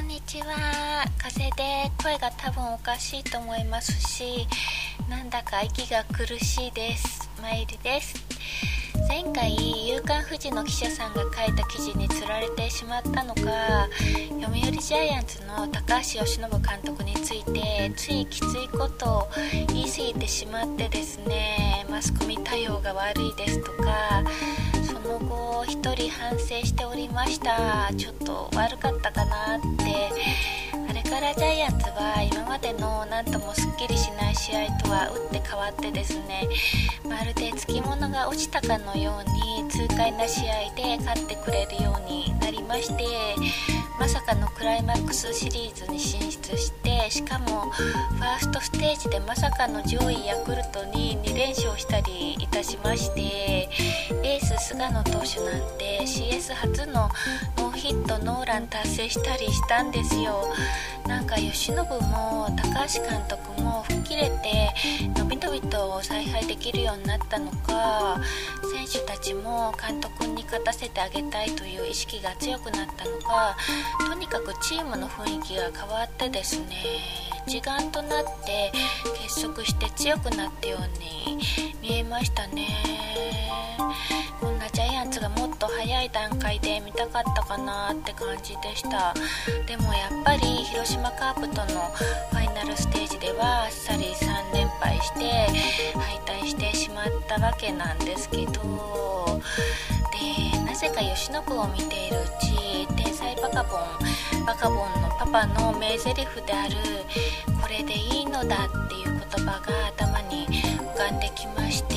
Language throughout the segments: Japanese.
にちは。風邪で声が多分おかしいと思いますし、なんだか息が苦しいです。まゆりです。前回夕刊フジの記者さんが書いた記事につられてしまったのか、読売ジャイアンツの高橋由伸監督についてついきついことを言い過ぎてしまってですね、マスコミ対応が悪いですとか、その後一人反省しておりました。ちょっと悪かったかなって。あれからジャイアンツは今までのなんともすっきりしない試合とは打って変わってですね、まるでつきものが落ちたかのように痛快な試合で勝ってくれるようになりまして、まさかのクライマックスシリーズに進出して、しかもファーストステージでまさかの上位ヤクルトに2連勝したりいたしまして、エース菅野投手なんて CS 初のノーヒットノーラン達成したりしたんですよ。なんか由伸も高橋監督も吹っ切れてのびのびと采配できるようになったのか、選手たちも監督に勝たせてあげたいという意識が強くなったのか、とにかくチームの雰囲気が変わってですね、一丸となって結束して強くなったように見えましたね。こんなジャイアンツがもっと早い段階で見たかったかなって感じでした。でもやっぱり広島カープとのファイナルステージではあっさり3連敗して敗退してしまったわけなんですけど、でなぜか由伸を見ているうち、天才バカボンのパパの名台詞であるこれでいいのだっていう言葉が頭に浮かんできまして、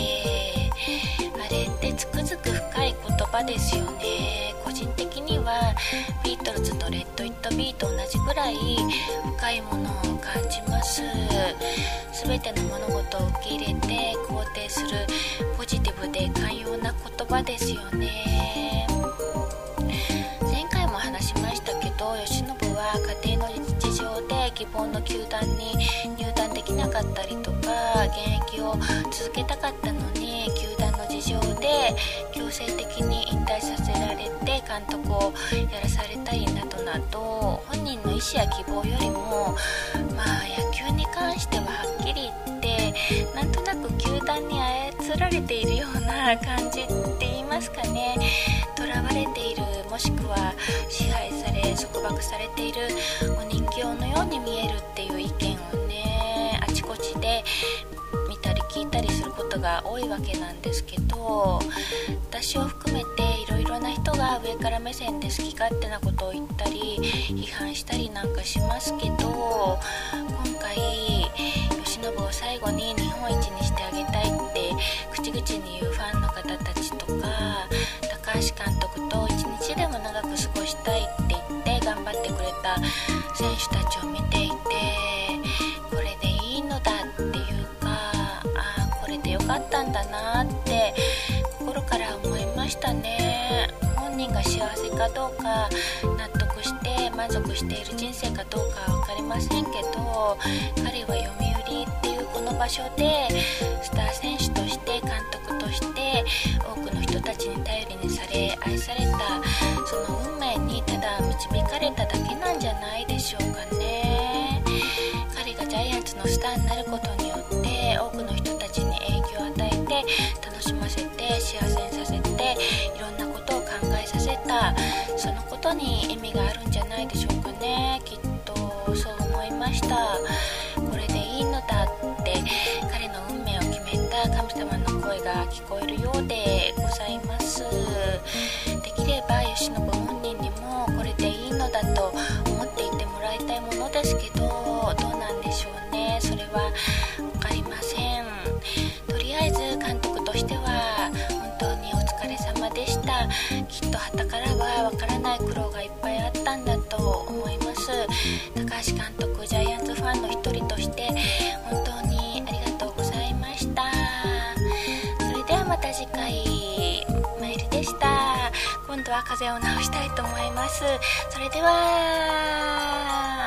あれってつくづく深い言葉ですよね。個人的にはビートルズのレッド・イット・ビーと同じぐらい深いものを感じます。全ての物事を受け入れて肯定するポジティブで寛容な言葉ですよね。前回も話しましたけど、由伸は家庭の事情で希望の球団に入団できなかったりとか、現役を続けたかったのに球団の事情で強制的に引退させられて監督をやらされたりなどなど、本人の意思や希望よりも野球に関してははっきり言ってなんとなく球団に操られているような感じって言いますかね、囚われている、もしくは支配され束縛されているお人形のように見えるっていう意見をね、あちこちで見たり聞いたりすることが多いわけなんですけど、私を含めていろいろな人が上から目線で好き勝手なことを言ったり批判したりなんかしますけど、今回由伸を最後に日本一にしてあげたいって口々に言うファンの方たちとか、高橋監督と一日でも長く過ごしたいって言って頑張ってくれた選手たちを見ていて、これでいいのだっていうか、これでよかったんだなって心から思いましたね。本人が幸せかどうか、納得して満足している人生かどうかは分かりませんけど、彼は読売っていうこの場所でスター選手として監督として多くの人たちに頼りにされ愛された、その運命にただ導かれただけなんじゃないでしょうかね。彼がジャイアンツのスターになることによって多くの人たちに影響を与えて楽しませて幸せにさせていろんなことを考えさせた、そのことに意味があるんじゃないでしょうかね。きっとそう思いました。これでいいのだって彼の運命を決めた神様の声が聞こえるようでございます。できれば由伸本人にもこれでいいのだと思っていてもらいたいものですけど、どうなんでしょうね。それは分かりません。とりあえず監督としては本当にお疲れ様でした。きっと傍からは分からない苦労がいっぱいあったんだと思います。高橋監督、ジャイアンツファンの一人として本当にありがとうございました。それではまた次回。まゆりでした。今度は風邪を治したいと思います。それでは。